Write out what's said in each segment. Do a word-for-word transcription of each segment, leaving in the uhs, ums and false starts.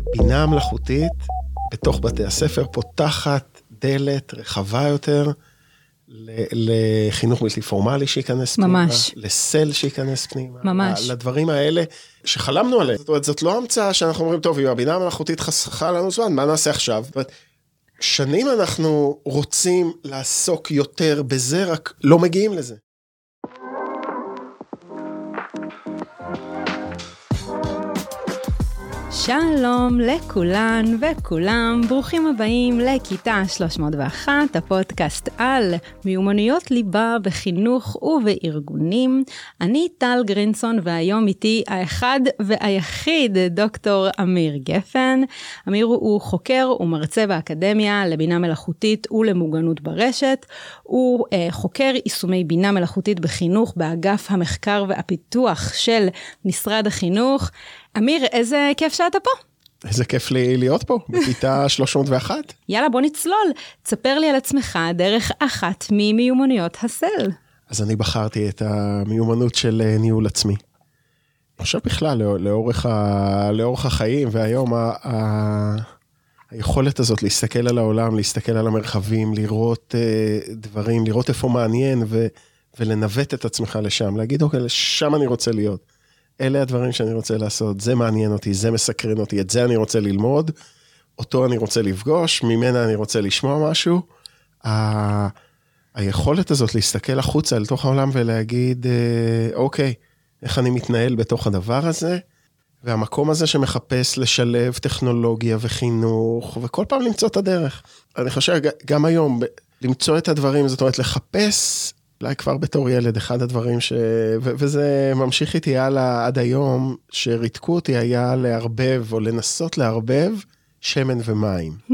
בינה מלאכותית בתוך בתי הספר פותחת דלת רחבה יותר לחינוך בלתי פורמלי שיכנס פנימה, ממש. לסל שיכנס פנימה, ממש. לדברים האלה שחלמנו עליהם. זאת אומרת, זאת לא המצאה שאנחנו אומרים, טוב, הבינה המלאכותית חסכה לנו זמן, מה נעשה עכשיו? זאת אומרת, שנים אנחנו רוצים לעסוק יותר בזה, רק לא מגיעים לזה. שלום לכולן וכולם, ברוכים הבאים לכיתה שלוש מאות ואחת, הפודקאסט על מיומנויות ליבה בחינוך ובארגונים. אני טל גרינסון והיום איתי האחד והיחיד דוקטור אמיר גפן. אמיר הוא חוקר ומרצה באקדמיה לבינה מלאכותית ולמוגנות ברשת. הוא אה, חוקר יישומי בינה מלאכותית בחינוך באגף המחקר והפיתוח של משרד החינוך. אמיר, איזה כיף שאתה פה. איזה כיף לי להיות פה, בכיתה שלוש מאות ואחת. יאללה, בוא נצלול. תספר לי על עצמך דרך אחת ממיומנויות הסל. אז אני בחרתי את המיומנות של ניהול עצמי. אני חושב בכלל, לאורך, ה... לאורך החיים, והיום ה... ה... היכולת הזאת להסתכל על העולם, להסתכל על המרחבים, לראות uh, דברים, לראות איפה מעניין, ו... ולנווט את עצמך לשם, להגיד, אוקיי, לשם אני רוצה להיות. אלה הדברים שאני רוצה לעשות, זה מעניין אותי, זה מסקרן אותי, את זה אני רוצה ללמוד, אותו אני רוצה לפגוש, ממנה אני רוצה לשמוע משהו. ה... היכולת הזאת להסתכל החוצה אל תוך העולם ולהגיד, אוקיי, איך אני מתנהל בתוך הדבר הזה, והמקום הזה שמחפש לשלב טכנולוגיה וחינוך, וכל פעם למצוא את הדרך. אני חושב גם היום, למצוא את הדברים, זאת אומרת, לחפש, אולי כבר בתור ילד, אחד הדברים ש... ו- וזה ממשיך איתי הלאה עד היום, שריתקו אותי היה לערבב, או לנסות לערבב, שמן ומים. Hmm.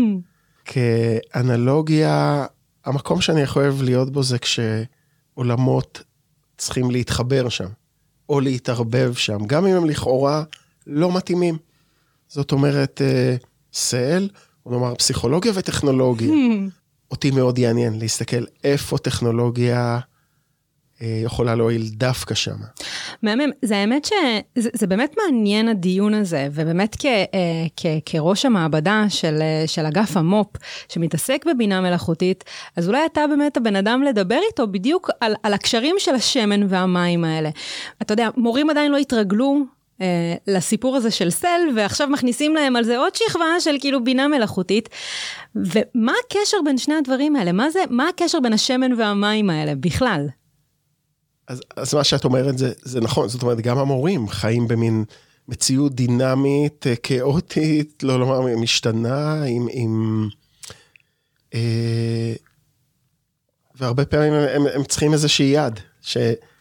כאנלוגיה, המקום שאני יכול להיות בו זה כשעולמות צריכים להתחבר שם, או להתערבב שם, גם אם הם לכאורה לא מתאימים. זאת אומרת, סל, או נאמר פסיכולוגיה וטכנולוגיה. Hmm. אותי מאוד יעניין להסתכל איפה טכנולוגיה יכולה להועיל דווקא שם. מהמם, זה האמת שזה זה באמת מעניין הדיון הזה, ובאמת כ, כ, כראש המעבדה של, של אגף המופ, שמתעסק בבינה מלאכותית, אז אולי אתה באמת הבן אדם לדבר איתו בדיוק על, על הקשרים של השמן והמים האלה. אתה יודע, מורים עדיין לא התרגלו אה, לסיפור הזה של סל, ועכשיו מכניסים להם על זה עוד שכבה של כאילו בינה מלאכותית, ומה הקשר בין שני הדברים האלה? מה זה, מה הקשר בין השמן והמים האלה בכלל? אז, אז מה שאת אומרת זה, זה נכון, זאת אומרת, גם המורים חיים במין מציאות דינמית, כאוטית, לא לומר, משתנה, עם, עם אה, והרבה פעמים הם, הם, הם צריכים איזושהי יד, ש,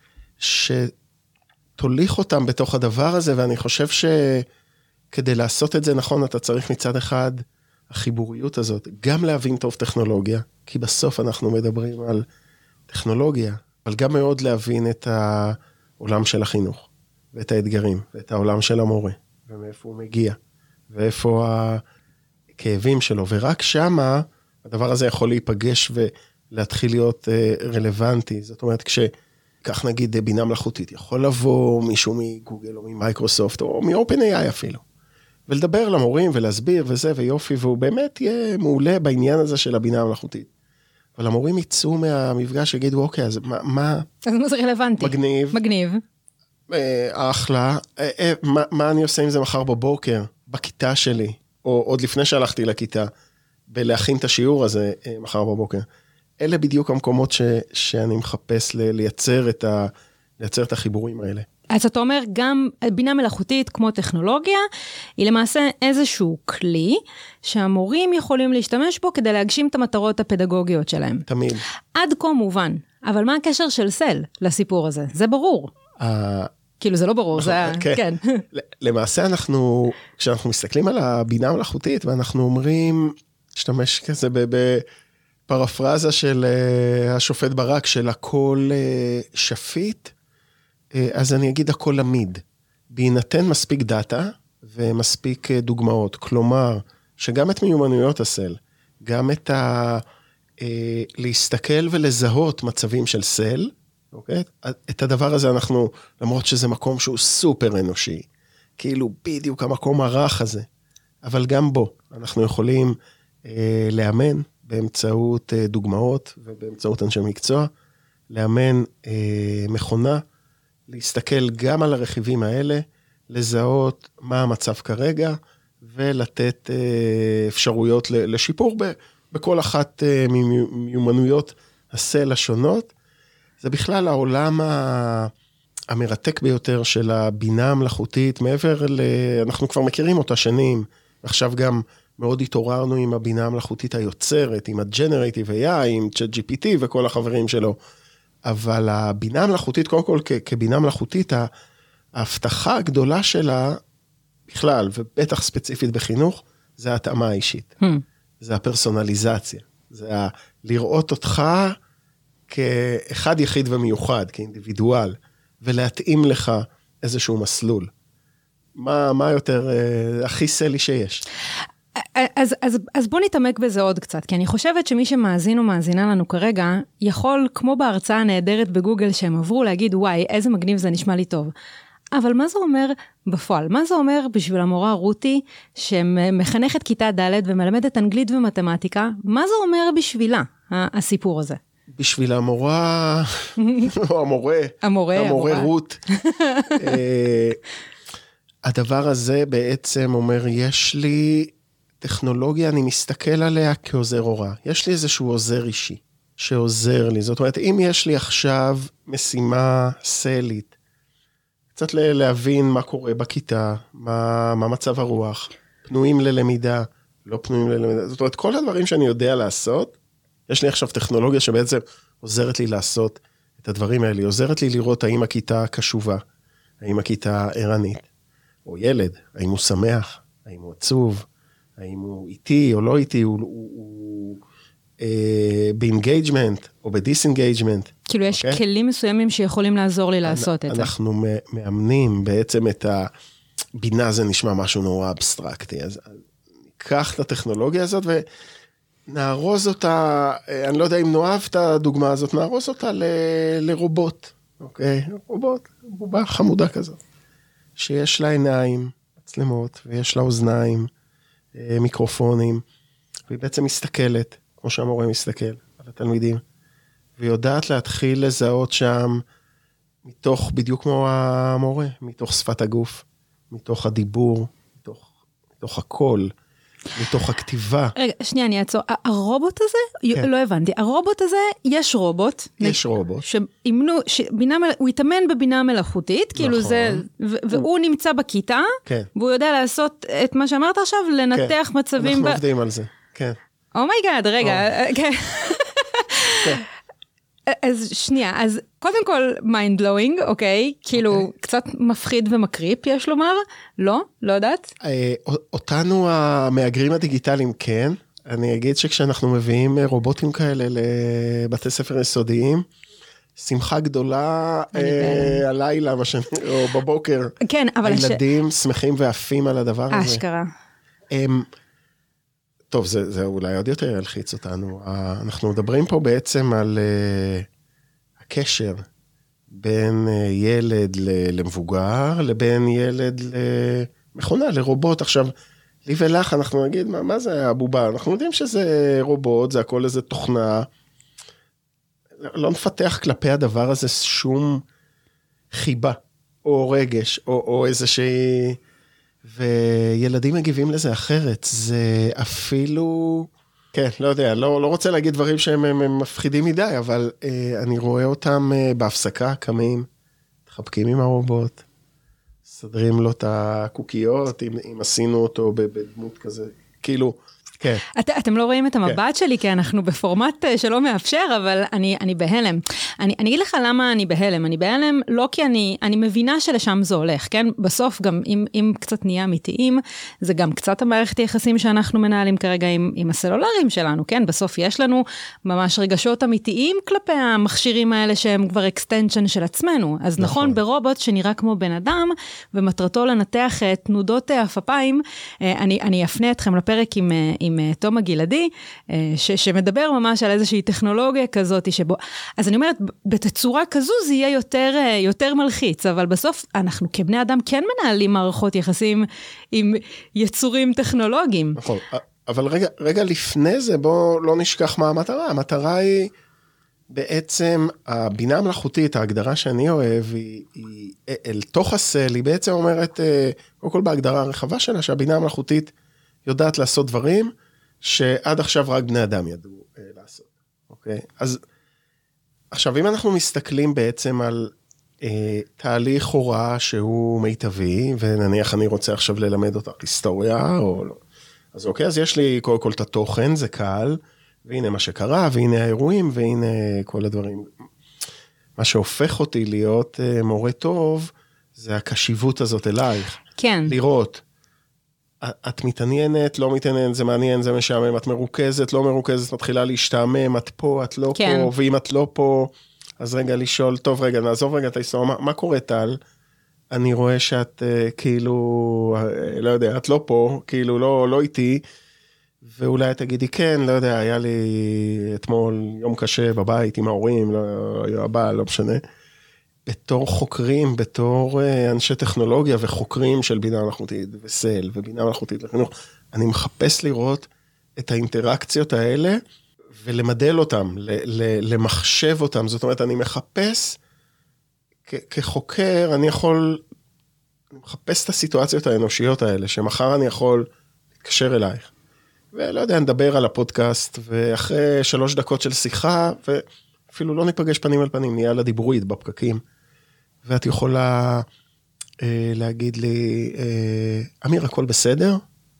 שתוליך אותם בתוך הדבר הזה, ואני חושב שכדי לעשות את זה נכון, אתה צריך מצד אחד, החיבוריות הזאת, גם להבין טוב טכנולוגיה, כי בסוף אנחנו מדברים על טכנולוגיה, אבל גם מאוד להבין את העולם של החינוך, ואת האתגרים, ואת העולם של המורה, ומאיפה הוא מגיע, ואיפה הכאבים שלו, ורק שמה הדבר הזה יכול להיפגש ולהתחיל להיות רלוונטי. זאת אומרת, כשכך נגיד בינה מלאכותית, יכול לבוא מישהו מגוגל או ממייקרוסופט, או מ-OpenAI אפילו, ולדבר למורים ולהסביר וזה ויופי, והוא באמת יהיה מעולה בעניין הזה של הבינה המלאכותית. אבל המורים יצאו מהמפגש, יגידו, אוקיי, אז מה... מה אז מה זה רלוונטי? מגניב. מגניב. אה, אחלה. אה, אה, מה, מה אני עושה עם זה מחר בבוקר, בכיתה שלי, או עוד לפני שהלכתי לכיתה, בלהכין את השיעור הזה אה, מחר בבוקר. אלה בדיוק המקומות ש, שאני מחפש ל, לייצר, את ה, לייצר את החיבורים האלה. אז אתה אומר, גם בינה מלאכותית כמו טכנולוגיה, היא למעשה איזשהו כלי שהמורים יכולים להשתמש בו כדי להגשים את המטרות הפדגוגיות שלהם. תמיד. עד כה מובן. אבל מה הקשר של סל לסיפור הזה? זה ברור. כאילו זה לא ברור, זה... כן. למעשה אנחנו, כשאנחנו מסתכלים על הבינה המלאכותית, ואנחנו אומרים, להשתמש כזה בפרפרזה של השופט ברק, של הכל שפיט, אז אני אגיד הכל עמיד. בהינתן מספיק דאטה ומספיק דוגמאות. כלומר, שגם את מיומנויות הסל, גם את ה... להסתכל ולזהות מצבים של סל, אוקיי? את הדבר הזה אנחנו, למרות שזה מקום שהוא סופר אנושי, כאילו בדיוק המקום הרך הזה, אבל גם בו, אנחנו יכולים אה, לאמן באמצעות אה, דוגמאות, ובאמצעות אנשי מקצוע, לאמן אה, מכונה, להסתכל גם על הרכיבים האלה, לזהות מה המצב כרגע, ולתת אה, אפשרויות לשיפור ב, בכל אחת אה, ממיומנויות הסל השונות. זה בכלל העולם ה... המרתק ביותר של הבינה המלאכותית, מעבר ל... אנחנו כבר מכירים אותה שנים, עכשיו גם מאוד התעוררנו עם הבינה המלאכותית היוצרת, עם ה-Generative איי איי, עם ChatGPT וכל החברים שלו, אבל הבינה המלאכותית, קודם כל כ- כבינה מלאכותית, ההבטחה הגדולה שלה, בכלל, ובטח ספציפית בחינוך, זה ההתאמה האישית. Hmm. זה הפרסונליזציה. זה ה- לראות אותך כאחד יחיד ומיוחד, כאינדיבידואל, ולהתאים לך איזשהו מסלול. מה, מה יותר, אה, הכי סלי שיש? אז, אז, אז בוא נתעמק בזה עוד קצת, כי אני חושבת שמי שמאזין או מאזינה לנו כרגע, יכול, כמו בהרצאה הנהדרת בגוגל שהם עברו, להגיד, וואי, איזה מגניב זה נשמע לי טוב. אבל מה זה אומר בפועל? מה זה אומר בשביל המורה רותי, שמחנכת כיתה ד' ומלמדת אנגלית ומתמטיקה, מה זה אומר בשבילה, הסיפור הזה? בשביל המורה, או המורה, המורה, המורה רות. הדבר הזה בעצם אומר, יש לי טכנולוגיה, אני מסתכל עליה כעוזר הוראה. יש לי איזשהו עוזר אישי, שעוזר לי. זאת אומרת, אם יש לי עכשיו משימה סלית, קצת להבין מה קורה בכיתה, מה, מה מצב הרוח, פנויים ללמידה, לא פנויים ללמידה. זאת אומרת, כל הדברים שאני יודע לעשות, יש לי עכשיו טכנולוגיה שבעצם עוזרת לי לעשות את הדברים האלה. היא עוזרת לי לראות האם הכיתה קשובה, האם הכיתה ערנית, או ילד, האם הוא שמח, האם הוא עצוב, האם הוא איטי או לא איטי, הוא, הוא, הוא אה, באינגייג'מנט או בדיסאינגייג'מנט. כאילו יש okay? כלים מסוימים שיכולים לעזור לי לעשות את זה. אנחנו מאמנים בעצם את הבינה, זה נשמע משהו נורא אבסטרקטי, אז ניקח את הטכנולוגיה הזאת ו... נארוז אותה, אני לא יודע אם נאהב את הדוגמה הזאת, נארוז אותה ל, לרובוט, אוקיי? רובוט, בובה חמודה כזאת, שיש לה עיניים, מצלמות, ויש לה אוזניים, מיקרופונים, והיא בעצם מסתכלת, כמו שהמורה מסתכל על התלמידים, והיא יודעת להתחיל לזהות שם, מתוך, בדיוק כמו המורה, מתוך שפת הגוף, מתוך הדיבור, מתוך, מתוך הקול, מתוך הכתיבה. רגע, שנייה, אני אעצור. הרובוט הזה, כן. לא הבנתי, הרובוט הזה, יש רובוט. יש רובוט. שאימנו, שבינה, הוא יתאמן בבינה מלאכותית, נכון. כאילו זה, והוא נמצא בכיתה, כן. והוא יודע לעשות את מה שאמרת עכשיו, לנתח כן. מצבים. אנחנו ב... עובדים על זה, כן. אומייגאד, רגע. כן. כן. אז שנייה, אז קודם כל mind blowing, אוקיי? כאילו okay. קצת מפחיד ומקריפ, יש לומר? לא? לא יודעת? אותנו המאגרים הדיגיטליים כן. אני אגיד שכשאנחנו מביאים רובוטים כאלה לבתי ספר יסודיים, שמחה גדולה אה, הלילה, מה שאני, או בבוקר. כן, אבל... הילדים הש... שמחים ועפים על הדבר הזה. אשכרה. הם... טוב, זה, זה אולי עוד יותר ילחיץ אותנו. אנחנו מדברים פה בעצם על uh, הקשר בין uh, ילד למבוגר, לבין ילד למכונה, לרובוט. עכשיו, לי ולך, אנחנו נגיד, מה, מה זה הבובה? אנחנו יודעים שזה רובוט, זה הכל איזה תוכנה. לא נפתח כלפי הדבר הזה שום חיבה, או רגש, או, או איזושהי... וילדים מגיבים לזה אחרת, זה אפילו, כן, לא יודע, לא, לא רוצה להגיד דברים שהם הם, הם מפחידים מדי, אבל אה, אני רואה אותם אה, בהפסקה, קמים, מתחבקים עם הרובוט, סדרים לו את הקוקיות, אם, אם עשינו אותו בדמות כזה, כאילו, כן. את, אתם לא רואים את המבט כן. שלי, כי אנחנו בפורמט שלא מאפשר, אבל אני, אני בהלם. אני, אני אגיד לך למה אני בהלם. אני בהלם לא כי אני, אני מבינה שלשם זה הולך, כן? בסוף גם אם, אם קצת נהיה אמיתיים, זה גם קצת המערכת היחסים שאנחנו מנהלים כרגע עם, עם הסלולרים שלנו, כן? בסוף יש לנו ממש רגשות אמיתיים כלפי המכשירים האלה שהם כבר אקסטנשן של עצמנו. אז נכון, נכון ברובוט שנראה כמו בן אדם, ומטרתו לנתח תנודות אפיים, אני, אני אפנה אתכם לפרק עם, עם עם תומא גלעדי, ש, שמדבר ממש על איזושהי טכנולוגיה כזאת, שבו, אז אני אומרת, בתצורה כזו זה יהיה יותר, יותר מלחיץ, אבל בסוף אנחנו כבני אדם כן מנהלים מערכות יחסים עם יצורים טכנולוגיים. נכון, אבל רגע, רגע לפני זה, בוא לא נשכח מה המטרה. המטרה היא בעצם, הבינה המלאכותית, ההגדרה שאני אוהב, היא, היא אל תוך הסל, היא בעצם אומרת, קודם כל בהגדרה הרחבה שלה, שהבינה המלאכותית יודעת לעשות דברים, שעד עכשיו רק בני אדם ידעו לעשות. אוקיי? אז, עכשיו, אם אנחנו מסתכלים בעצם על אה, תהליך הוראה שהוא מיטבי, ונניח אני רוצה עכשיו ללמד אותך היסטוריה, או לא, אז אוקיי, אז יש לי קודם כל את התוכן, זה קל, והנה מה שקרה, והנה האירועים, והנה כל הדברים. מה שהופך אותי להיות uh, מורה טוב, זה הקשיבות הזאת אלייך. כן. לראות, את מתעניינת, לא מתעניינת, זה מעניין, זה משעמם, את מרוכזת, לא מרוכזת, מתחילה להשתעמם, את פה, את לא כן. פה, ואם את לא פה, אז רגע לשאול, טוב רגע, נעזוב רגע את ההיסטוריה, מה, מה קורה טל? אני רואה שאת uh, כאילו, uh, לא יודע, את לא פה, כאילו לא, לא איתי, ואולי תגידי, כן, לא יודע, היה לי אתמול יום קשה בבית עם ההורים, לא, הבעל, לא משנה. בתור חוקרים, בתור אנשי טכנולוגיה וחוקרים של בינה מלאכותית וסל ובינה מלאכותית לחינוך, אני מחפש לראות את האינטראקציות האלה ולמדל אותם, למחשב אותם. זאת אומרת, אני מחפש, כחוקר, אני יכול, אני מחפש את הסיטואציות האנושיות האלה, שמחר אני יכול להתקשר אלייך. ולא יודע, נדבר על הפודקאסט, ואחרי שלוש דקות של שיחה, ואפילו לא ניפגש פנים על פנים, נהיה לה דיבורית בפקקים, ואת יכולה אה, להגיד לי, אה, אמיר, הכל בסדר?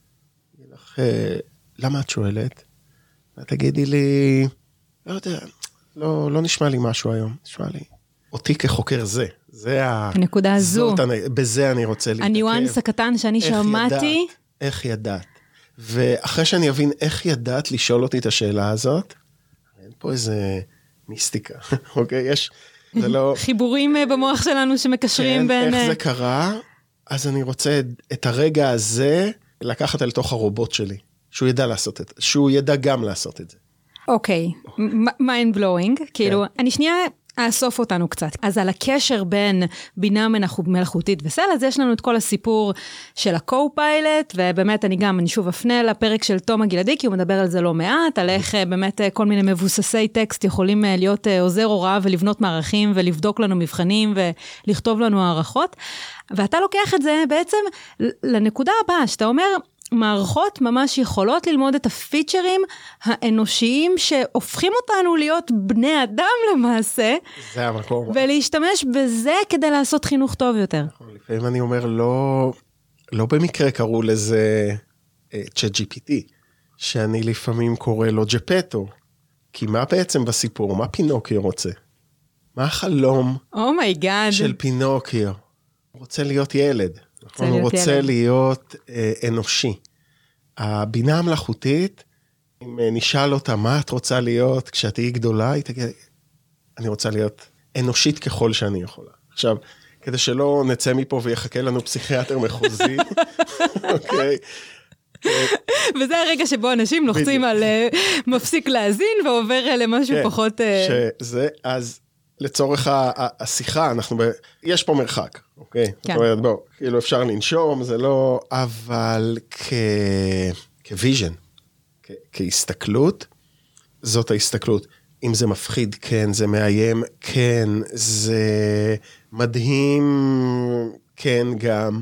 לך, אה, למה את שואלת? ואת תגידי לי, לא יודע, לא, לא נשמע לי משהו היום, נשמע לי. אותי כחוקר זה, זה הנקודה הזו. בזה אני רוצה להתעכב. הניואנס הקטן שאני שמעתי. איך ידעת? ואחרי שאני אבין איך ידעת לשאול אותי את השאלה הזאת, אין פה איזה מיסטיקה, אוקיי? יש, זה לא... חיבורים במוח שלנו שמקשרים כן, בין... איך זה קרה, אז אני רוצה את הרגע הזה לקחת אל תוך הרובוט שלי, שהוא ידע לעשות את זה, שהוא ידע גם לעשות את זה. אוקיי, mind blowing, כאילו, אני שנייה... אסוף אותנו קצת. אז על הקשר בין בינה מלאכותית וסל, אז יש לנו את כל הסיפור של הקו-פיילוט, ובאמת אני גם, אני שוב אפנה לפרק של תומא גלעדי, כי הוא מדבר על זה לא מעט, על איך באמת כל מיני מבוססי טקסט יכולים להיות עוזר הוראה ולבנות מערכים, ולבדוק לנו מבחנים, ולכתוב לנו הערכות. ואתה לוקח את זה בעצם לנקודה הבאה, שאתה אומר, מערכות ממש יכולות ללמוד את הפיצ'רים האנושיים שהופכים אותנו להיות בני אדם למעשה. זה המקום. ולהשתמש בזה כדי לעשות חינוך טוב יותר. לפעמים אני אומר, לא, לא במקרה קראו לזה צ'אט ג'י פי טי, שאני לפעמים קורא לו ג'פטו, כי מה בעצם בסיפור? מה פינוקיו רוצה? מה החלום oh my God. של פינוקיו? הוא רוצה להיות ילד. הוא רוצה להיות אנושי. הבינה המלאכותית, אם נשאל אותה מה את רוצה להיות כשאת תהיי גדולה, היא תגיד, אני רוצה להיות אנושית ככל שאני יכולה. עכשיו, כדי שלא נצא מפה ויחכה לנו פסיכיאטר מחוזי, אוקיי. וזה הרגע שבו אנשים לוחצים על מפסיק להזין ועובר למשהו פחות... שזה, אז... לצורך השיחה, אנחנו ב... יש פה מרחק, אוקיי? כן. זאת אומרת, בוא, כאילו אפשר לנשום, זה לא... אבל כ... כוויז'ן, כ... כהסתכלות, זאת ההסתכלות. אם זה מפחיד, כן, זה מאיים, כן, זה מדהים, כן, גם.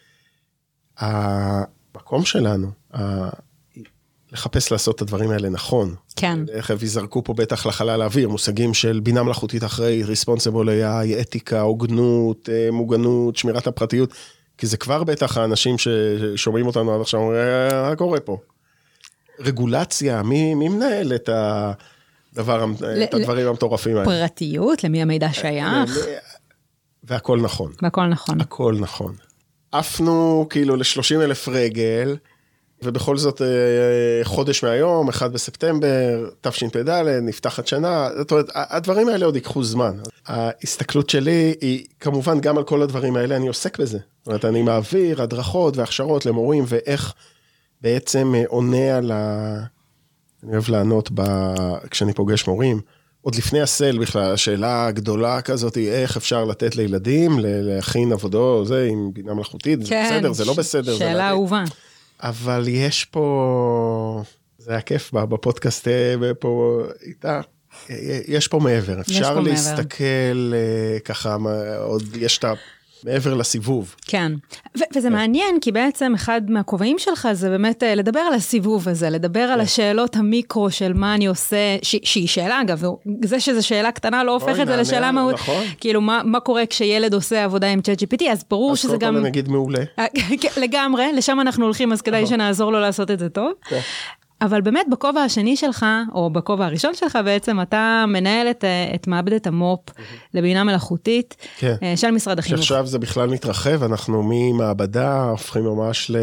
המקום שלנו, ה... לחפש לעשות את הדברים האלה נכון. כן. איך יזרקו פה בטח לחלל האוויר, מושגים של בינה מלאכותית אחרי, responsible איי איי, אתיקה, הוגנות, מוגנות, שמירת הפרטיות, כי זה כבר בטח האנשים ששומעים אותנו עד עכשיו, מה קורה פה? רגולציה, מי, מי מנהל את הדבר, ל- את הדברים המטורפים האלה? פרטיות, למי המידע שייך? והכל נכון. והכל נכון. הכל נכון. עפנו כאילו ל-שלושים אלף רגל, ובכל זאת חודש מהיום, אחד בספטמבר, תשפ"ד, נפתחת שנה, זאת אומרת, הדברים האלה עוד ייקחו זמן. ההסתכלות שלי היא כמובן גם על כל הדברים האלה, אני עוסק בזה. זאת אומרת, אני מעביר הדרכות והכשרות למורים, ואיך בעצם עונה על ה... אני אוהב לענות ב... כשאני פוגש מורים, עוד לפני הסל בכלל, השאלה הגדולה כזאת היא איך אפשר לתת לילדים, להכין עבודו, זה עם בינה מלאכותית, כן, זה בסדר, זה לא בסדר. שאלה אהובה. אבל יש פה, זה היה כיף בפודקאסט פה איתה, יש פה מעבר, אפשר להסתכל ככה, עוד יש את ה... מעבר לסיבוב. כן, ו- וזה מעניין, כי בעצם אחד מהכובעים שלך זה באמת לדבר על הסיבוב הזה, לדבר על השאלות המיקרו של מה אני עושה, ש- שהיא שאלה אגב, זה שזו שאלה קטנה לא הופך את זה לשאלה מהות, כאילו מה, מה קורה כשילד עושה עבודה עם צ'אט ג'י פי טי, אז ברור שזה גם... אז קודם נגיד מעולה. לגמרי, לשם אנחנו הולכים, אז כדאי שנעזור לו לעשות את זה טוב. אבל באמת בכובע השני שלך, או בכובע הראשון שלך בעצם, אתה מנהל את, את מעבדת המופ לבינה מלאכותית כן. של משרד החינוך. שעכשיו זה בכלל מתרחב, אנחנו ממעבדה הופכים ממש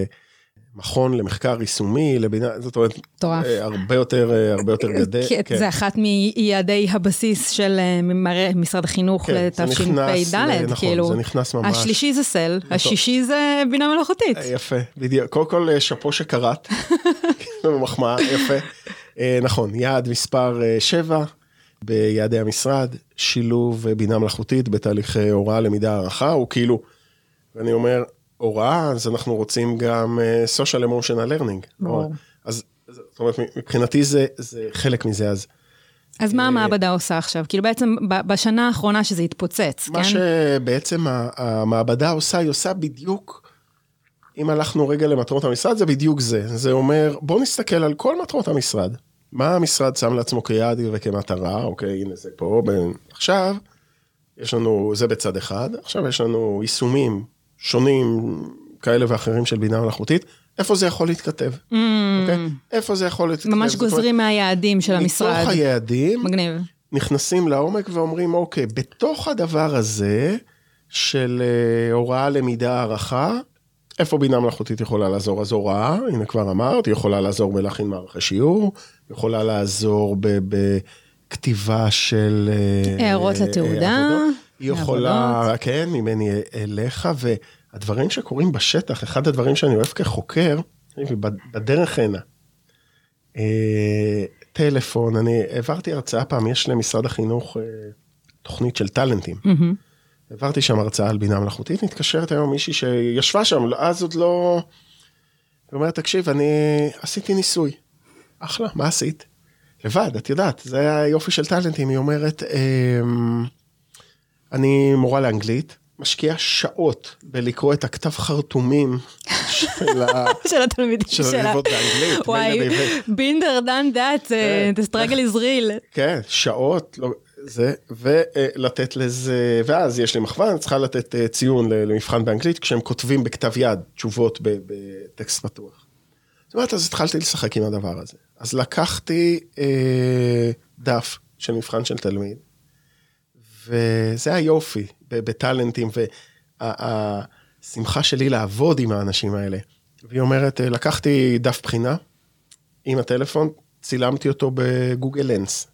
למכון, למחקר יישומי, לבינה, זאת אומרת, טורף. הרבה יותר, הרבה יותר גדל. כן, כן. זה אחת מיעדי הבסיס של משרד החינוך כן, לתשפ"ד, נכון, כאילו, זה נכנס ממש. השלישי זה סל, השישי זה בינה מלאכותית. יפה, בדיוק. קודם כל שפו שקראת, מחמאה, יפה. נכון, יעד מספר שבע, ביעדי המשרד, שילוב בינה מלאכותית בתהליך הוראה, למידה, הערכה, הוא כאילו, ואני אומר, הוראה, אז אנחנו רוצים גם social emotional learning. אז, זאת אומרת, מבחינתי זה, זה חלק מזה, אז... אז מה המעבדה עושה עכשיו? כאילו בעצם בשנה האחרונה שזה התפוצץ, כן? מה שבעצם המעבדה עושה, היא עושה בדיוק, אם הלכנו רגע למטרות המשרד, זה בדיוק זה. זה אומר, בוא נסתכל על כל מטרות המשרד. מה המשרד שם לעצמו כיעד וכמטרה, אוקיי, הנה זה פה, עכשיו, יש לנו, זה בצד אחד, עכשיו יש לנו יישומים שונים, כאלה ואחרים של בינה מלאכותית, איפה זה יכול להתכתב? Mm. אוקיי? איפה זה יכול להתכתב? ממש גוזרים מהיעדים של המשרד. מתוך היעדים, מגניב. נכנסים לעומק ואומרים, אוקיי, בתוך הדבר הזה, של uh, הוראה, למידה, הערכה, איפה בינה מלאכותית יכולה לעזור? אז הוראה, הנה כבר אמרת, היא יכולה לעזור בלהכין מערכי שיעור, יכולה לעזור בכתיבה של... הערות לתעודה. היא יכולה, כן, ממני אליך, והדברים שקורים בשטח, אחד הדברים שאני אוהב כחוקר, בדרך הנה, טלפון, אני העברתי הרצאה פעם, יש למשרד החינוך תוכנית של טלנטים, העברתי שם הרצאה על בינה מלאכותית, נתקשרת היום מישהי שישבה שם, אז עוד לא... היא אומרת, תקשיב, אני עשיתי ניסוי. אחלה, מה עשית? לבד, את יודעת, זה היה יופי של טלנטים. היא אומרת, אני מורה לאנגלית, משקיעה שעות בלקרוא את הכתב חרטומים של התלמידים שלה. של הליבות באנגלית. וואי, בינדר דן דאט, the struggle is real. כן, שעות, לא... זה, ולתת לזה, ואז יש לי מכוון, אני צריכה לתת ציון למבחן באנגלית, כשהם כותבים בכתב יד תשובות בטקסט פתוח. זאת אומרת, אז התחלתי לשחק עם הדבר הזה. אז לקחתי אה, דף של מבחן של תלמיד, וזה היופי בטלנטים, והשמחה שלי לעבוד עם האנשים האלה. והיא אומרת, לקחתי דף בחינה, עם הטלפון, צילמתי אותו בגוגל לנס.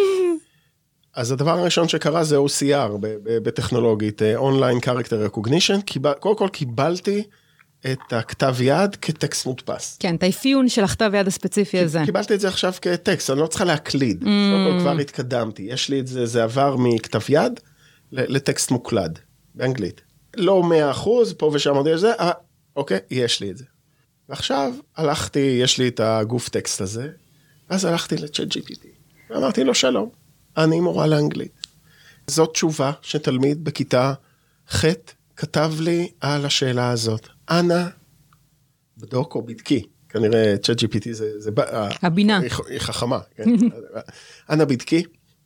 אז הדבר הראשון שקרה זה או סי אר בטכנולוגית, Online Character Recognition, קודם כל קיבלתי את הכתב יד כטקסט מודפס. כן, את האפיון של הכתב יד הספציפי הזה. קיבלתי את זה עכשיו כטקסט, אני לא צריכה להקליד, קודם כל כבר התקדמתי, יש לי את זה, זה עבר מכתב יד לטקסט מוקלד, באנגלית. לא מאה אחוז, פה ושם עוד יש זה, אה, אוקיי, יש לי את זה. ועכשיו הלכתי, יש לי את הגוף טקסט הזה, אז הלכתי לצ'אט ג'י פי טי, ואמרתי לו שלום. אני מורה לאנגלית. זאת תשובה שתלמיד בכיתה ח' כתב לי על השאלה הזאת. אנא, בדוק או בדקי, כנראה צ'אט ג'י פי טי זה... זה הבינה. היא, היא חכמה, כן. אנא בדקי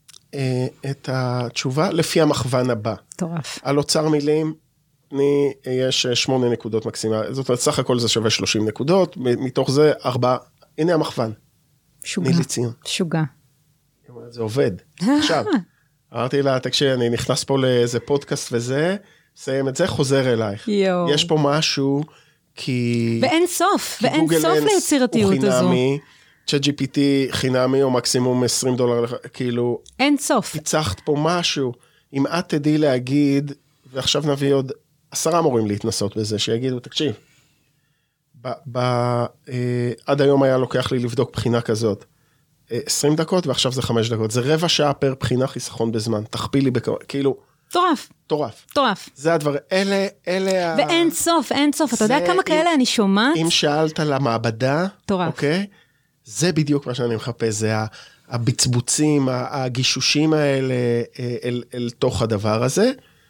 את התשובה לפי המכוון הבא. טורף. על אוצר מילים, אני, יש שמונה נקודות מקסימה, זאת אומרת, סך הכל זה שווה שלושים נקודות, מתוך זה ארבע, הנה המכוון. שוגע. נילי ציון. שוגע. זה עובד. עכשיו, אמרתי לה, תקשיב, אני נכנס פה לאיזה פודקאסט וזה, מסיים את זה, חוזר אלייך. יו. יש פה משהו, כי... ואין סוף, ואין סוף ליצירתיות הזו. הוא חינמי, צ'אט ג'י פי טי חינמי, או מקסימום עשרים דולר, כאילו... אין סוף. הצחת פה משהו. אם את תדעי להגיד, ועכשיו נביא עוד עשרה מורים להתנסות בזה, שיגידו, תקשיב, ב, ב, אה, עד היום היה לוקח לי לבדוק בחינה כזאת, אה, עשרים דקות, ועכשיו זה חמש דקות, זה רבע שעה פר בחינה חיסכון בזמן, תכפילי בכמה, כאילו, טורף. טורף. טורף. זה הדבר, אלה, אלה... ואין סוף, אין סוף, אתה יודע כמה כאלה אני שומעת? אם שאלת למעבדה, טורף. אוקיי? זה בדיוק מה שאני מחפש, זה הבצבוצים, הגישושים האלה אל, אל תוך הדבר הזה,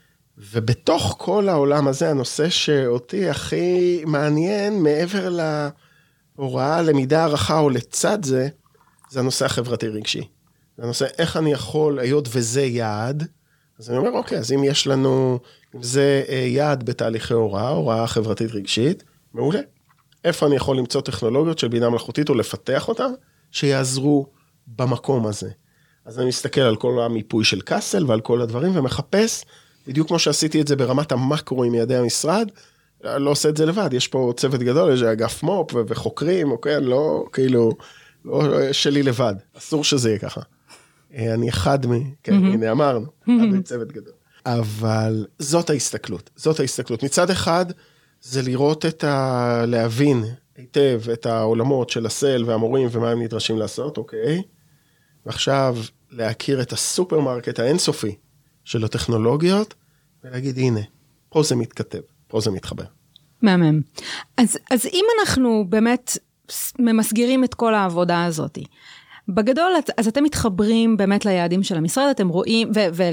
ובתוך כל העולם הזה, הנושא שאותי הכי מעניין, מעבר להוראה, למידה, הערכה או לצד זה, זה הנושא החברתי רגשי. זה הנושא איך אני יכול, היות וזה יעד, אז אני אומר, אוקיי, אז אם יש לנו, אם זה יעד בתהליכי הוראה, הוראה חברתית רגשית, מעולה. איפה אני יכול למצוא טכנולוגיות של בינה מלאכותית או לפתח אותן, שיעזרו במקום הזה. אז אני מסתכל על כל המיפוי של קאסל ועל כל הדברים, ומחפש, בדיוק כמו שעשיתי את זה ברמת המקרו עם ידי המשרד, לא עושה את זה לבד, יש פה צוות גדול, יש אגף מופ וחוקרים, אוקיי, לא, כאילו, לא שלי לבד, אסור שזה יהיה ככה. אני אחד מ... כן, הנה אמרנו, אני צוות גדול. אבל זאת ההסתכלות, זאת ההסתכלות. מצד אחד, זה לראות את ה... להבין היטב את העולמות של הסל והמורים ומה הם נדרשים לעשות, אוקיי? ועכשיו, להכיר את הסופרמרקט האינסופי של הטכנולוגיות, ולהגיד, הנה, פה זה מתכתב, פה זה מתחבר. מהמם. אז, אז אם אנחנו באמת ממסגרים את כל העבודה הזאת, בגדול, אז אתם מתחברים באמת ליעדים של המשרד, אתם רואים,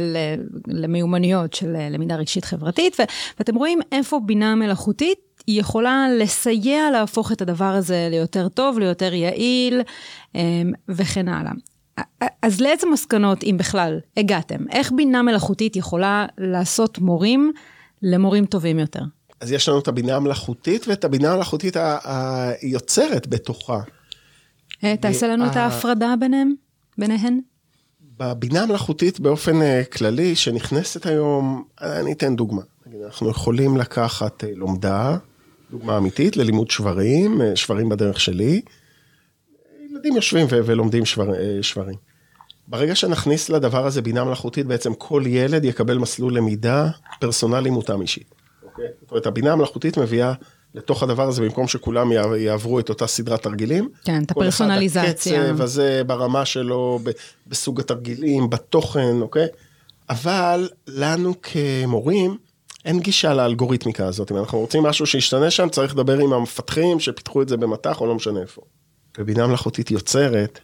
ולמיומנויות של למידה רגשית חברתית, ואתם רואים איפה בינה מלאכותית היא יכולה לסייע להפוך את הדבר הזה ליותר טוב, ליותר יעיל, וכן הלאה. אז לאיזה מסקנות, אם בכלל, הגעתם? איך בינה מלאכותית יכולה לעשות מורים למורים טובים יותר? אז יש לנו את הבינה המלאכותית, ואת הבינה המלאכותית היוצרת בתוכה. תעשה לנו את ההפרדה ביניהם, ביניהן? בבינה המלאכותית באופן כללי, שנכנסת היום, אני אתן דוגמה. אנחנו יכולים לקחת לומדה, דוגמה אמיתית, ללימוד שברים, שברים בדרך שלי. ילדים יושבים ולומדים שבר, שברים. ברגע שנכניס לדבר הזה בינה מלאכותית, בעצם כל ילד יקבל מסלול למידה פרסונלי מותאם אישית. אוקיי? זאת אומרת, הבינה המלאכותית מביאה לתוך הדבר הזה, במקום שכולם יעברו את אותה סדרת תרגילים. כן, את הפרסונליזציה. כל אחד הקצב הזה ברמה שלו, בסוג התרגילים, בתוכן, אוקיי? אבל לנו כמורים, אין גישה לאלגוריתמיקה הזאת. אם אנחנו רוצים משהו שישתנה שם, צריך לדבר עם המפתחים שפיתחו את זה במתח או לא משנה איפה. ובינה מלאכותית יוצרת,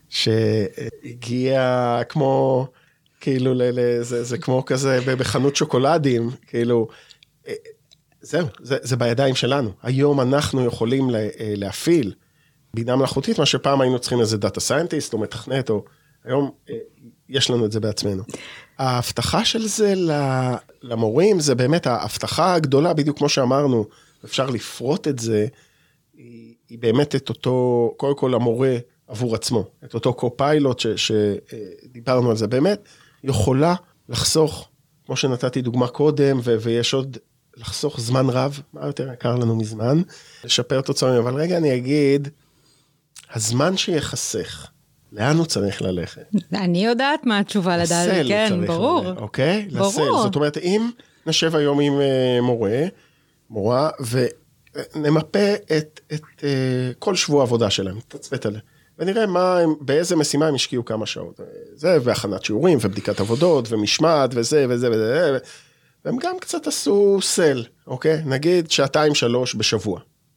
שהגיעה כמו, כאילו, זה, זה כמו כזה בחנות שוקולדים, כאילו, זהו, זה, זה בידיים שלנו. היום אנחנו יכולים להפעיל בינה מלאכותית, מה שפעם היינו צריכים איזה דאטה סיינטיסט או מתכנת, או היום יש לנו את זה בעצמנו. ההבטחה של זה למורים, זה באמת ההבטחה הגדולה, בדיוק כמו שאמרנו, אפשר לפרוט את זה, היא, היא באמת את אותו, קודם כל המורה עבור עצמו, את אותו קו-פיילוט ש, שדיברנו על זה, באמת יכולה לחסוך, כמו שנתתי דוגמה קודם, ו, ויש עוד לחסוך זמן רב, מה יותר יקר לנו מזמן, לשפר תוצרים, אבל רגע אני אגיד, הזמן שיחסך, לאן הוא צריך ללכת? אני יודעת מה התשובה לדעת, כן, ברור. ללכת, אוקיי? ברור. לסל. זאת אומרת, אם נשב היום עם מורה, מורה, ונמפה את, את uh, כל שבוע עבודה שלהם, תצפת עליה, ונראה מה, באיזה משימה הם השקיעו כמה שעות. זה, והכנת שיעורים, ובדיקת עבודות, ומשמעת, וזה, וזה, וזה, והם גם קצת עשו סל, אוקיי? נגיד שעתיים שלוש בשבוע.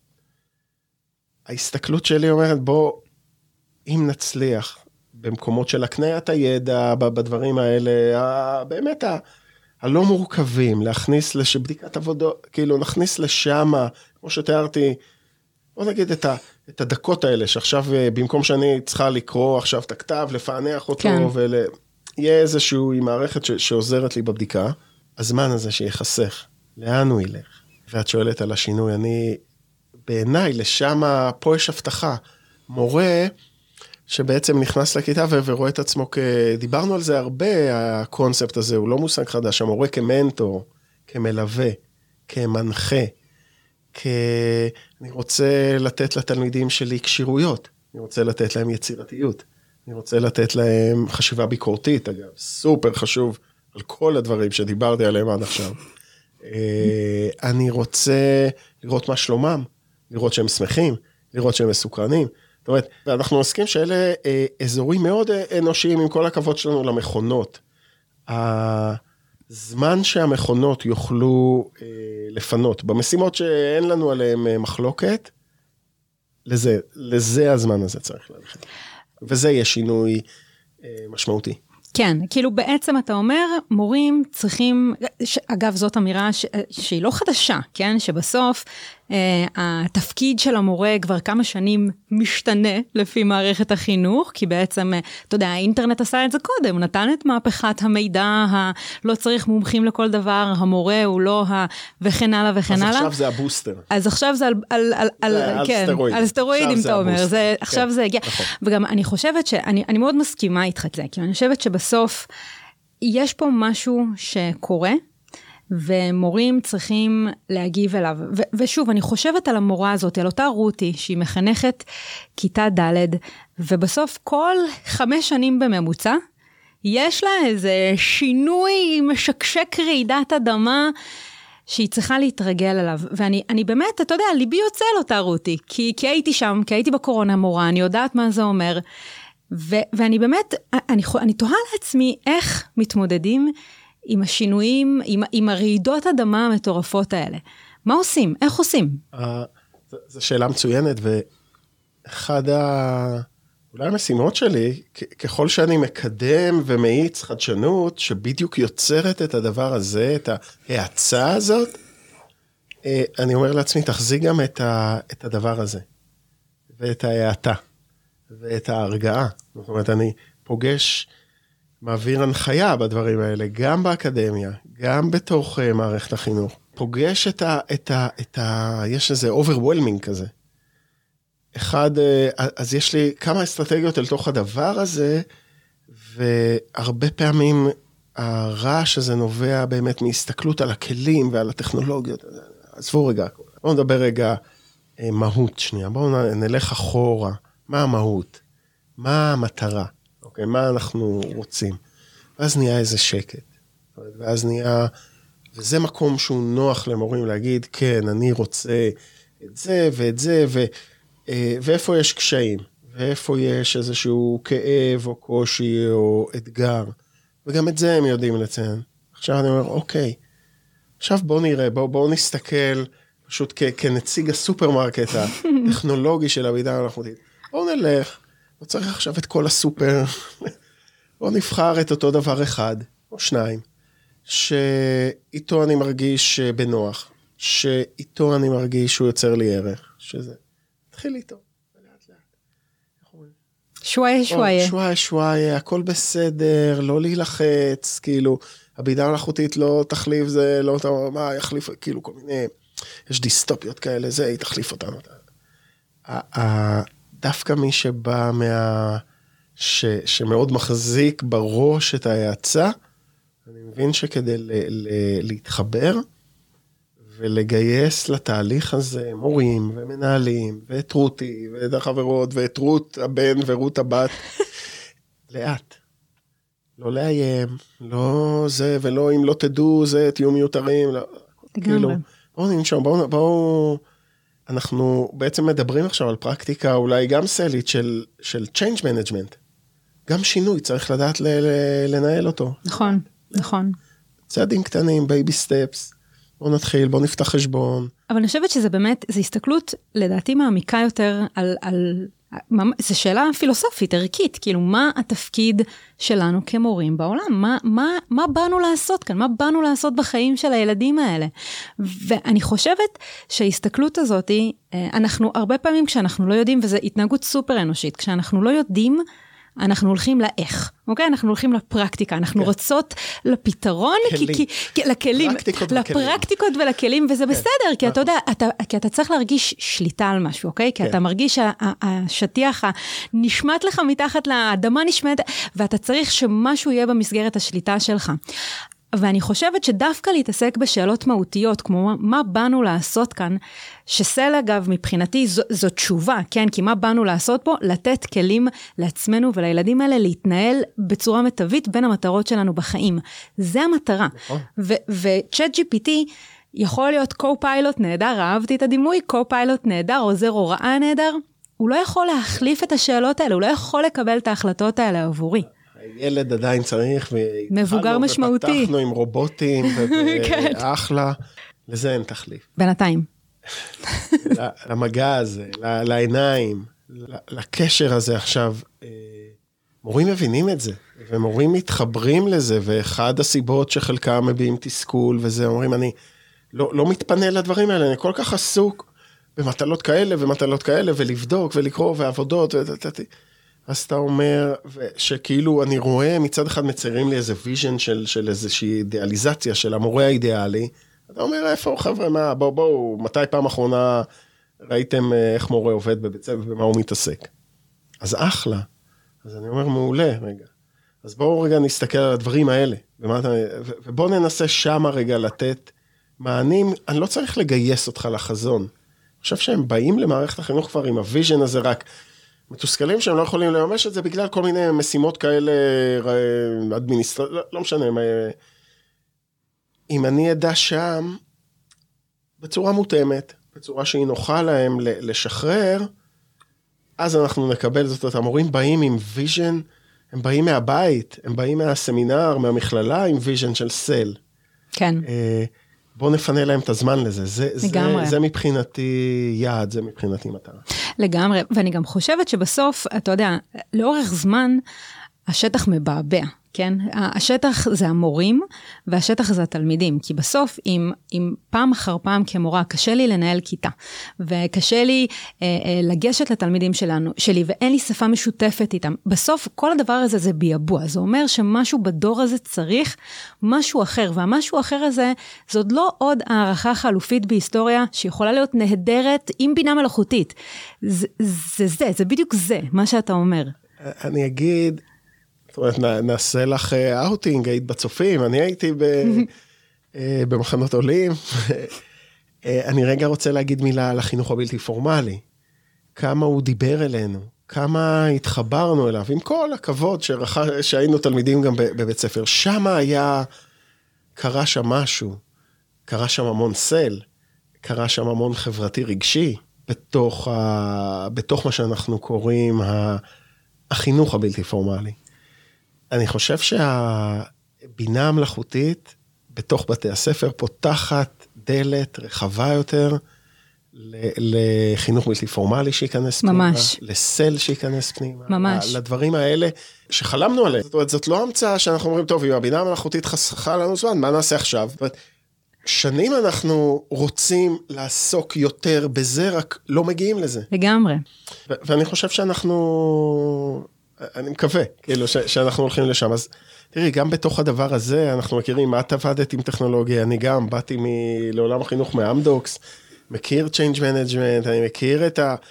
ההסתכלות שלי אומרת, בוא, אם נצליח במקומות של הקניית הידע, בדברים האלה, באמת הלא מורכבים, להכניס לבדיקת עבודות, כאילו נכניס לשם, כמו שתיארתי, בוא נגיד את, ה, את הדקות האלה, שעכשיו במקום שאני צריכה לקרוא עכשיו את הכתב, לפענח אותו, כן. ויהיה איזשהו מערכת ש, שעוזרת לי בבדיקה, הזמן הזה שיחסך, לאן הוא ילך? ואת שואלת על השינוי, אני, בעיניי, לשם, פה יש הבטחה, מורה, שבעצם נכנס לכיתה ורואה את עצמו, דיברנו על זה הרבה, הקונספט הזה, הוא לא מושג חדש, המורה כמנטור, כמלווה, כמנחה, כ... אני רוצה לתת לתלמידים שלי קשירויות, אני רוצה לתת להם יצירתיות, אני רוצה לתת להם חשיבה ביקורתית, אגב, סופר חשוב על כל הדברים שדיברתי עליהם עד עכשיו. אני רוצה לראות מה שלומם, לראות שהם שמחים, לראות שהם מסוקרנים. זאת אומרת, ואנחנו עוסקים שאלה אה, אזורים מאוד אנושיים, עם כל הכבוד שלנו למכונות. הזמן שהמכונות יוכלו אה, לפנות, במשימות שאין לנו עליהן אה, מחלוקת, לזה, לזה הזמן הזה צריך ללכת. וזה יהיה שינוי אה, משמעותי. כן, כאילו בעצם אתה אומר, מורים צריכים, ש, אגב זאת אמירה ש, שהיא לא חדשה, כן? שבסוף אה, התפקיד של המורה כבר כמה שנים משתנה לפי מערכת החינוך, כי בעצם, אה, אתה יודע, האינטרנט עשה את זה קודם, הוא נתן את מהפכת המידע, ה, לא צריך מומחים לכל דבר, המורה הוא לא ה... וכן הלאה וכן הלאה. אז עכשיו זה הבוסטר. אז עכשיו זה על, על, על, זה על, על כן, סטרואידים. על סטרואידים אתה אומר, זה, כן, עכשיו זה הגיע. נכון. וגם אני חושבת שאני אני מאוד מסכימה איתך את זה, כי אני חושבת שבסוף יש פה משהו שקורה, ומורים צריכים להגיב אליו. ו- ושוב, אני חושבת על המורה הזאת, על אותה רותי, שהיא מחנכת כיתה ד', ובסוף כל חמש שנים בממוצע, יש לה איזה שינוי משקשק רעידת אדמה, שהיא צריכה להתרגל עליו. ואני אני באמת, אתה יודע, ליבי יוצא על אותה רותי, כי, כי הייתי שם, כי הייתי בקורונה מורה, אני יודעת מה זה אומר, ו- ואני באמת, אני, אני תוהה לעצמי איך מתמודדים עם השינויים, עם, עם הרעידות אדמה המטורפות האלה. מה עושים? איך עושים? Uh, זו שאלה מצוינת, ואחד ה... אולי המשימות שלי, ככל שאני מקדם ומאיץ חדשנות, שבדיוק יוצרת את הדבר הזה, את ההאצה הזאת, אני אומר לעצמי, תחזיק גם את, ה, את הדבר הזה, ואת ההאטה, ואת ההרגעה. זאת אומרת, אני פוגש, מעביר הנחיה בדברים האלה, גם באקדמיה, גם בתוך מערכת החינוך. פוגש את ה... את ה, את ה יש איזה overwhelming כזה. אחד, אז יש לי כמה אסטרטגיות אל תוך הדבר הזה, והרבה פעמים הרעש הזה נובע באמת מהסתכלות על הכלים ועל הטכנולוגיות. עזבו רגע, בואו נדבר רגע מהות שנייה, בואו נלך אחורה, מה המהות, מה המטרה, אוקיי, מה אנחנו רוצים. ואז נהיה איזה שקט, ואז נהיה, וזה מקום שהוא נוח למורים להגיד, כן, אני רוצה את זה ואת זה, ו... ואיפה יש קשיים, ואיפה יש איזשהו כאב או קושי או אתגר, וגם את זה הם יודעים לציין. עכשיו אני אומר, אוקיי, עכשיו בואו נראה, בואו בוא נסתכל, פשוט כ- כנציג הסופרמרקט הטכנולוגי של הבינה המלאכותית. בואו נלך, לא צריך עכשיו את כל הסופר, בואו נבחר את אותו דבר אחד, או שניים, שאיתו אני מרגיש בנוח, שאיתו אני מרגיש שהוא יוצר לי ערך, שזה... תתחיל איתו, לאט לאט. שוואיה שוואיה. שוואיה שוואיה, הכל בסדר, לא להילחץ, כאילו, הבינה המלאכותית לא תחליף זה, לא, מה, יחליף, כאילו, כל מיני, יש דיסטופיות כאלה, זה, היא תחליף אותנו. דווקא מי שבא מה, ש, שמאוד מחזיק בראש את ההאצה, אני מבין שכדי ל, ל, להתחבר, ולגייס לתהליך הזה מורים ומנהלים, ואת רותי, ואת החברות, ואת רות הבן ורות הבת, לאט. לא לאיים, לא זה, ולא אם לא תדעו, זה תהיו מיותרים. לא, כאילו, בואו ננשום, בואו, בואו, אנחנו בעצם מדברים עכשיו על פרקטיקה, אולי גם סלית של, של change management. גם שינוי, צריך לדעת ל, ל, לנהל אותו. נכון, נכון. צעדים קטנים, baby steps. בואו נתחיל, בואו נפתח חשבון. אבל אני חושבת שזה באמת, זו הסתכלות לדעתי מעמיקה יותר על, על, זו שאלה פילוסופית, ערכית, כאילו מה התפקיד שלנו כמורים בעולם? מה, מה, מה באנו לעשות כאן? מה באנו לעשות בחיים של הילדים האלה? ואני חושבת שההסתכלות הזאת, אנחנו הרבה פעמים כשאנחנו לא יודעים, וזו התנהגות סופר אנושית, כשאנחנו לא יודעים, אנחנו הולכים לאיך, אוקיי? אנחנו הולכים לפרקטיקה, אנחנו כן. רוצות לפתרון, כי, כי, כי, לכלים, לפרקטיקות ולכלים, וזה כן. בסדר, כי אתה יודע, אתה, כי אתה צריך להרגיש שליטה על משהו, אוקיי? כי כן. אתה מרגיש שהשטיח נשמט לך מתחת לאדמה נשמט, ואתה צריך שמשהו יהיה במסגרת השליטה שלך. ואני חושבת שדווקא להתעסק בשאלות מהותיות, כמו מה באנו לעשות כאן, שסל אגב מבחינתי זו, זו תשובה, כן? כי מה באנו לעשות פה? לתת כלים לעצמנו ולילדים האלה להתנהל בצורה מטבית בין המטרות שלנו בחיים. זה המטרה. ו-צ'אט ג'י פי טי יכול להיות קו-פיילוט נהדר, אהבתי את הדימוי, קו-פיילוט נהדר, עוזר הוראה נהדר, הוא לא יכול להחליף את השאלות האלה, הוא לא יכול לקבל את ההחלטות האלה עבורי. הילד עדיין צריך, מבוגר משמעותי. ופתחנו עם רובוטים, ואחלה, לזה אין תחליף. בינתיים. למגע הזה, לעיניים, לקשר הזה עכשיו, מורים מבינים את זה, ומורים מתחברים לזה, ואחד הסיבות שחלקם מביאים תסכול, וזה אומרים, אני לא, לא מתפנה לדברים האלה, אני כל כך עסוק במטלות כאלה, ומטלות כאלה, ולבדוק, ולקרוא, ועבודות, אז אתה אומר, שכאילו אני רואה, מצד אחד מציירים לי איזה ויז'ן של, של איזושהי אידיאליזציה, של המורה האידיאלי, אתה אומר, איפה חבר'ה, מה, בואו, בואו, מתי פעם אחרונה ראיתם איך מורה עובד בבית ספר, ומה הוא מתעסק? אז אחלה. אז אני אומר, מעולה, רגע. אז בואו רגע נסתכל על הדברים האלה, ובואו ננסה שמה רגע לתת מענים, אני לא צריך לגייס אותך לחזון. אני חושב שהם באים למערכת החינוך כבר עם הוויז'ן הזה, רק מתוסכלים שהם לא יכולים לממש את זה, בגלל כל מיני משימות כאלה, אדמיניסטר... לא, לא משנה, אם אני אדע שם, בצורה מותאמת, בצורה שהיא נוחה להם לשחרר, אז אנחנו נקבל זאת, המורים באים עם ויז'ן, הם באים מהבית, הם באים מהסמינר, מהמכללה, עם ויז'ן של סל. כן. בואו נפנה להם את הזמן לזה, זה, זה, זה מבחינתי יעד, זה מבחינתי מטרה. לגמרי, ואני גם חושבת שבסוף, אתה יודע, לאורך זמן, השטח מבעבע. כן? השטח זה המורים, והשטח זה התלמידים, כי בסוף, אם, אם פעם אחר פעם כמורה, קשה לי לנהל כיתה, וקשה לי אה, אה, לגשת לתלמידים שלנו, שלי, ואין לי שפה משותפת איתם, בסוף כל הדבר הזה זה ביבוע, זה אומר שמשהו בדור הזה צריך משהו אחר, והמשהו אחר הזה, זה עוד לא עוד הערכה חלופית בהיסטוריה, שיכולה להיות נהדרת עם בינה מלאכותית. זה זה, זה, זה בדיוק זה, מה שאתה אומר. אני אגיד, זאת אומרת, נעשה לך אאוטינג, היית בצופים, אני הייתי במחנות עולים, אני רגע רוצה להגיד מילה על החינוך הבלתי פורמלי, כמה הוא דיבר אלינו, כמה התחברנו אליו, עם כל הכבוד שהיינו תלמידים גם בבית ספר, שם היה, קרה שם משהו, קרה שם המון סל, קרה שם המון חברתי רגשי, בתוך, ה, בתוך מה שאנחנו קוראים החינוך הבלתי פורמלי. אני חושב שהבינה המלאכותית בתוך בתי הספר פותחת דלת רחבה יותר לחינוך בלתי פורמלי שיכנס פנימה, ממש. לסל שיכנס פנימה, ממש. לדברים האלה שחלמנו עליהם. זאת אומרת, זאת לא המצאה שאנחנו אומרים, טוב, הבינה המלאכותית חסכה לנו זמן, מה נעשה עכשיו? זאת אומרת, שנים אנחנו רוצים לעסוק יותר בזה, רק לא מגיעים לזה. לגמרי. ו- ואני חושב שאנחנו... אני מקווה, כאילו, ש- שאנחנו הולכים לשם. אז תראי, גם בתוך הדבר הזה, אנחנו מכירים, את עבדת עם טכנולוגיה, אני גם באתי מ- לעולם החינוך מאמדוקס, מכיר change management, אני מכיר את, ה-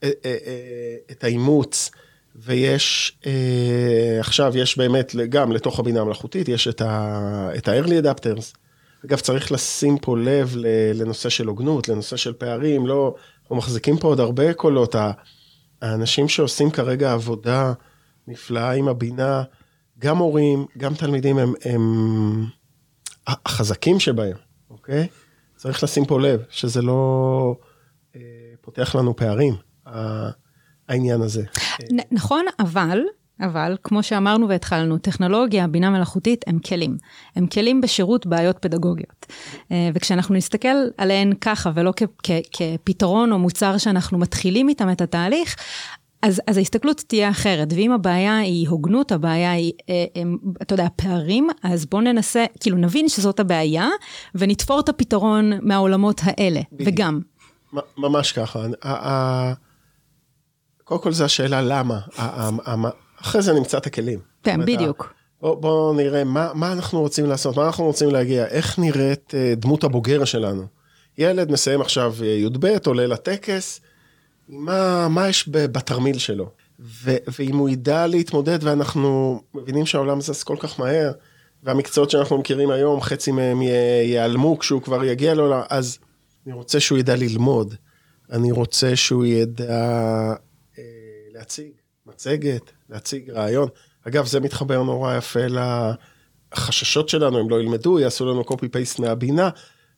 את האימוץ, ויש, עכשיו יש באמת, גם לתוך הבינה המלאכותית, יש את ה- את ה-early adapters. אגב, צריך לשים פה לב לנושא של הוגנות, לנושא של פערים, לא, אנחנו מחזיקים פה עוד הרבה קולות, האנשים שעושים כרגע עבודה נפלאה עם הבינה, גם הורים, גם תלמידים, הם, הם החזקים שבהם, אוקיי? צריך לשים פה לב, שזה לא אה, פותח לנו פערים, העניין הזה. נ- נכון, אבל... אבל, כמו שאמרנו והתחלנו, טכנולוגיה, בינה מלאכותית, הם כלים. הם כלים בשירות בעיות פדגוגיות. וכשאנחנו נסתכל עליהן ככה, ולא כ- כ- כפתרון או מוצר שאנחנו מתחילים איתם את התהליך, אז, אז ההסתכלות תהיה אחרת. ואם הבעיה היא הוגנות, הבעיה היא, אתה יודע, פערים, אז בואו ננסה, כאילו נבין שזאת הבעיה, ונתפור את הפתרון מהעולמות האלה, וגם. ממש ככה. קודם כל זה השאלה למה. אחרי זה נמצא את הכלים. כן, בדיוק. בוא, בוא נראה מה, מה אנחנו רוצים לעשות, מה אנחנו רוצים להגיע, איך נראית דמות הבוגר שלנו. ילד מסיים עכשיו י"ב, עולה לטקס, מה, מה יש בתרמיל שלו. ו, ואם הוא ידע להתמודד, ואנחנו מבינים שהעולם זז כל כך מהר, והמקצועות שאנחנו מכירים היום, חצי מהם ייעלמו כשהוא כבר יגיע לו, אז אני רוצה שהוא ידע ללמוד, אני רוצה שהוא ידע אה, להציג. מצגת, להציג רעיון. אגב, זה מתחבר נורא יפה לחששות שלנו, הם לא ילמדו, יעשו לנו קופי פייסט מהבינה,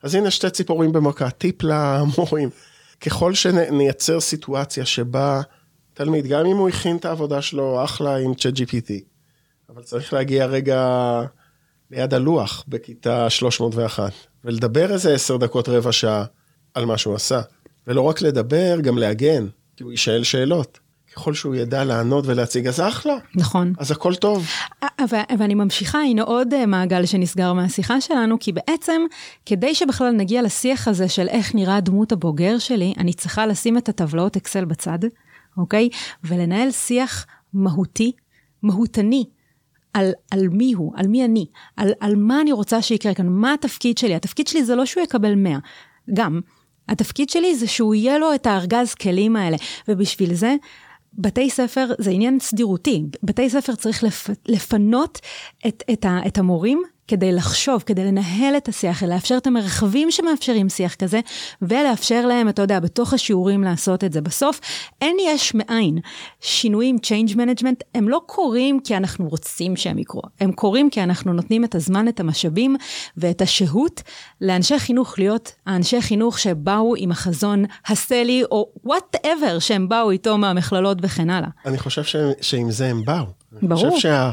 אז הנה שתי ציפורים במכה, טיפ למורים. ככל שנייצר סיטואציה שבה תלמיד, גם אם הוא הכין את העבודה שלו, אחלה עם צ'אט ג'י פי טי, אבל צריך להגיע רגע ליד הלוח בכיתה שלוש מאות ואחת, ולדבר איזה עשר דקות רבע שעה על מה שהוא עשה. ולא רק לדבר, גם להגן, כי הוא יישאל שאלות. ככל שהוא ידע לענות ולהציג, אז אחלה. נכון. אז הכל טוב. ואני ממשיכה, הנה עוד מעגל שנסגר מהשיחה שלנו, כי בעצם, כדי שבכלל נגיע לשיח הזה של איך נראה דמות הבוגר שלי, אני צריכה לשים את הטבלאות אקסל בצד, אוקיי? ולנהל שיח מהותי, מהותני, על, על מי הוא, על מי אני, על, על מה אני רוצה שיקרה כאן, מה התפקיד שלי. התפקיד שלי זה לא שהוא יקבל מאה, גם, התפקיד שלי זה שהוא יהיה לו את הארגז כלים האלה, ובשביל זה, בתי ספר זה עניין סדירותי, בתי ספר צריך לפ, לפנות את, את, ה, את המורים, כדי לחשוב, כדי לנהל את השיח, לאפשר את המרחבים שמאפשרים שיח כזה, ולאפשר להם, אתה יודע, בתוך השיעורים לעשות את זה. בסוף, אין יש מאין. שינויים, change management, הם לא קורים כי אנחנו רוצים שהם יקרו. הם קורים כי אנחנו נותנים את הזמן, את המשאבים, ואת השהות לאנשי חינוך, להיות האנשי חינוך שבאו עם החזון הסלי, או whatever שהם באו איתו מהמכללות וכן הלאה. אני חושב ש... שעם זה הם באו. ברור. אני חושב שה...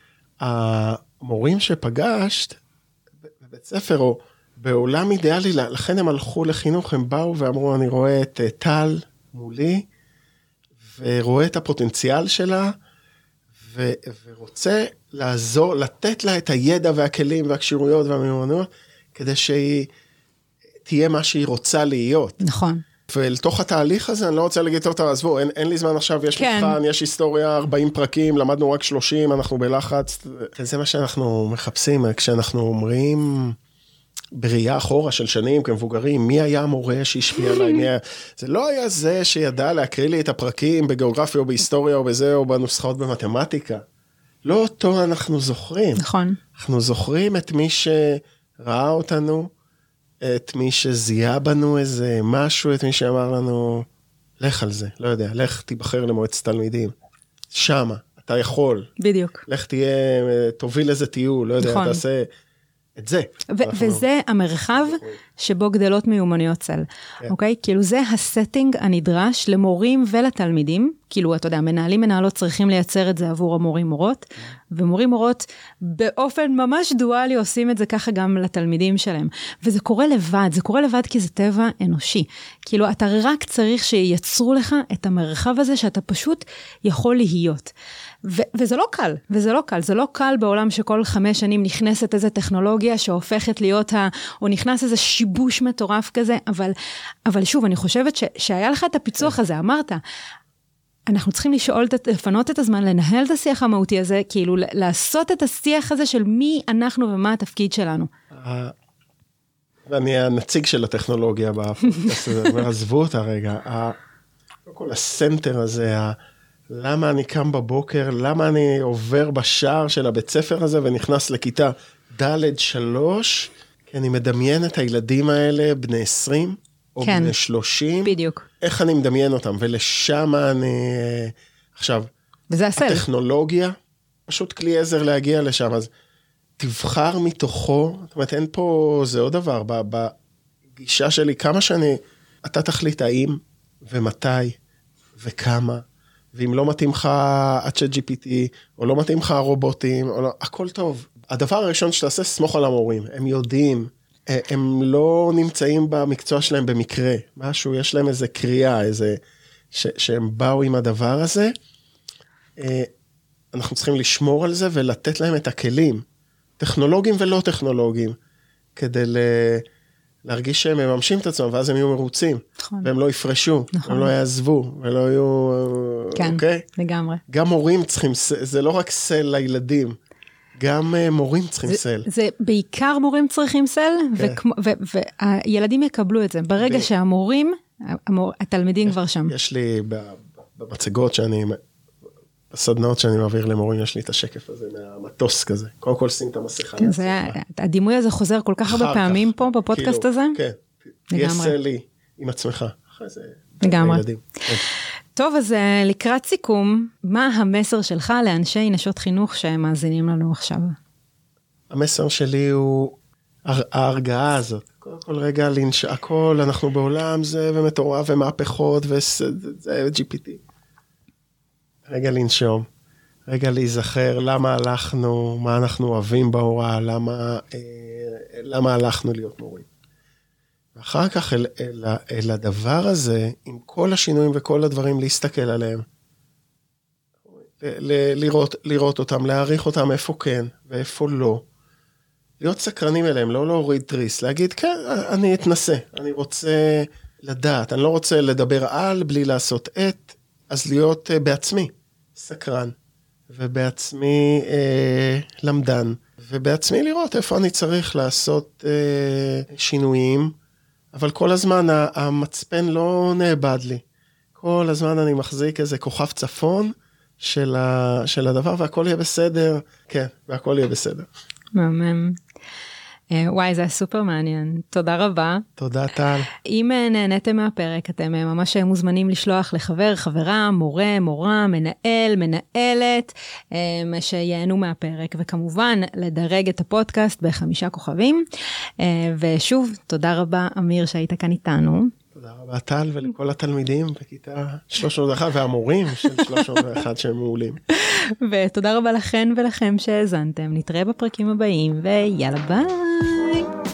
המורים שפגשת בבית ספר או בעולם אידיאלי, לכן הם הלכו לחינוך, הם באו ואמרו, אני רואה את טל מולי, ורואה את הפוטנציאל שלה, ו- ורוצה לעזור, לתת לה את הידע והכלים והקשירויות והמיומנויות, כדי שהיא תהיה מה שהיא רוצה להיות. נכון. ולתוך התהליך הזה, אני לא רוצה להגיד, טוב, תעזבו, אין, אין לי זמן עכשיו, יש כן. מבחן, יש היסטוריה, ארבעים פרקים, למדנו רק שלושים, אנחנו בלחץ, זה מה שאנחנו מחפשים, כשאנחנו אומרים, בראייה אחורה של שנים, כמבוגרים, מי היה המורה שהשפיע עליי, מי היה... זה לא היה זה שידע להקריא לי את הפרקים, בגיאוגרפיה או בהיסטוריה או בזה, או בנוסחאות במתמטיקה. לא אותו אנחנו זוכרים. נכון. אנחנו זוכרים את מי שראה אותנו, את מי שזיהה בנו איזה משהו, את מי שאמר לנו, לך על זה, לא יודע, לך תיבחר למועצת תלמידים. שמה, אתה יכול. בדיוק. לך תהיה, תוביל איזה טיול, לא יודע, נכון. תעשה את זה. ו- אנחנו... וזה המרחב שבו גדלות מיומנויות צל. כן. אוקיי? כאילו זה הסטינג הנדרש למורים ולתלמידים, כאילו אתה יודע, מנהלים מנהלות צריכים לייצר את זה עבור המורים מורות, ומורים מורות באופן ממש דואלי עושים את זה ככה גם לתלמידים שלהם. וזה קורה לבד, זה קורה לבד כי זה טבע אנושי. כאילו אתה רק צריך שייצרו לך את המרחב הזה שאתה פשוט יכול להיות. ו- וזה לא קל, וזה לא קל, זה לא קל בעולם שכל חמש שנים נכנסת איזו טכנולוגיה שהופכת להיות, ה- או נכנס איזה שיבוש מטורף כזה, אבל, אבל שוב, אני חושבת ש- שהיה לך את הפיצוח הזה, אמרת, אנחנו צריכים לשאול, לפנות את הזמן, לנהל את השיח המהותי הזה, כאילו לעשות את השיח הזה של מי אנחנו ומה התפקיד שלנו. ואני הנציג של הטכנולוגיה בפודקאסט הזה, עזבו אותה רגע, כל הסנטר הזה, למה אני קם בבוקר, למה אני עובר בשער של הבית ספר הזה, ונכנס לכיתה ד' שלוש, כי אני מדמיין את הילדים האלה, בני עשרים, או כן, בני שלושים, בדיוק. איך אני מדמיין אותם, ולשם אני, עכשיו, וזה הסל. הטכנולוגיה, פשוט כלי עזר להגיע לשם, אז תבחר מתוכו, זאת אומרת, אין פה, זה עוד דבר, בגישה שלי, כמה שאני, אתה תחליט האם, ומתי, וכמה, ואם לא מתאים לך ה-צ'אט ג'י פי טי, או לא מתאים לך הרובוטים, או לא, הכל טוב. הדבר הראשון שתעשה, סמוך על המורים, הם יודעים, הם לא נמצאים במקצוע שלהם במקרה, משהו, יש להם איזה קריאה, איזה, ש, שהם באו עם הדבר הזה, אנחנו צריכים לשמור על זה, ולתת להם את הכלים, טכנולוגיים ולא טכנולוגיים, כדי ל... להרגיש שהם מממשים את עצמם, ואז הם יהיו מרוצים, נכון. והם לא יפרשו, נכון. הם לא יעזבו, ולא יהיו, כן, אוקיי? לגמרי. גם מורים צריכים, זה לא רק סל לילדים, גם מורים צריכים זה, סל. זה בעיקר מורים צריכים סל, כן. והילדים יקבלו את זה. ברגע ב... שהמורים, המור, התלמידים כבר שם. יש לי במצגות שאני, בסדנאות שאני מעביר למורים, יש לי את השקף הזה מהמטוס כזה. קודם כל שים את המסכה. כן, זה, הדימוי הזה חוזר כל כך הרבה פעמים פה בפודקאסט כאילו, הזה. כן, תהיה סלי עם עצמך. אחרי זה, לגמרי. הילדים. כן. טוב, אז לקראת סיכום, מה המסר שלך לאנשי נשות חינוך שמאזינים לנו עכשיו? המסר שלי הוא, ההרגעה הזאת, כל, כל רגע לנש... הכל, אנחנו בעולם זה ומטורף ומהפכות וזה ג'י פי טי. רגע לנשום, רגע להיזכר למה הלכנו, מה אנחנו אוהבים בהוראה, למה, אה, למה הלכנו להיות מורים. ואחר כך אל, אל, אל הדבר הזה, עם כל השינויים וכל הדברים להסתכל עליהם, ל, ל, לראות, לראות אותם, להעריך אותם איפה כן ואיפה לא, להיות סקרנים אליהם, לא להוריד טריס, להגיד, כן, אני אתנסה, אני רוצה לדעת, אני לא רוצה לדבר על בלי לעשות את, אז להיות uh, בעצמי סקרן, ובעצמי uh, למדן, ובעצמי לראות איפה אני צריך לעשות uh, שינויים, אבל כל הזמן המצפן לא נאבד לי, כל הזמן אני מחזיק איזה כוכב צפון של, ה, של הדבר, והכל יהיה בסדר, כן, והכל יהיה בסדר. מהמם. וואי, זה סופר מעניין. תודה רבה. תודה, טל. אם נהניתם מהפרק, אתם ממש מוזמנים לשלוח לחבר, חברה, מורה, מורה, מנהל, מנהלת, שיהנו מהפרק, וכמובן, לדרג את הפודקאסט בחמישה כוכבים. ושוב, תודה רבה, אמיר, שהיית כאן איתנו. תודה רבה, טל, ולכל התלמידים בכיתה שלוש מאות ואחת, והמורים של שלוש מאות ואחת שהם מעולים. ותודה רבה לכן ולכם שהאזנתם. נתראה בפרקים הבאים, ויאללה ביי!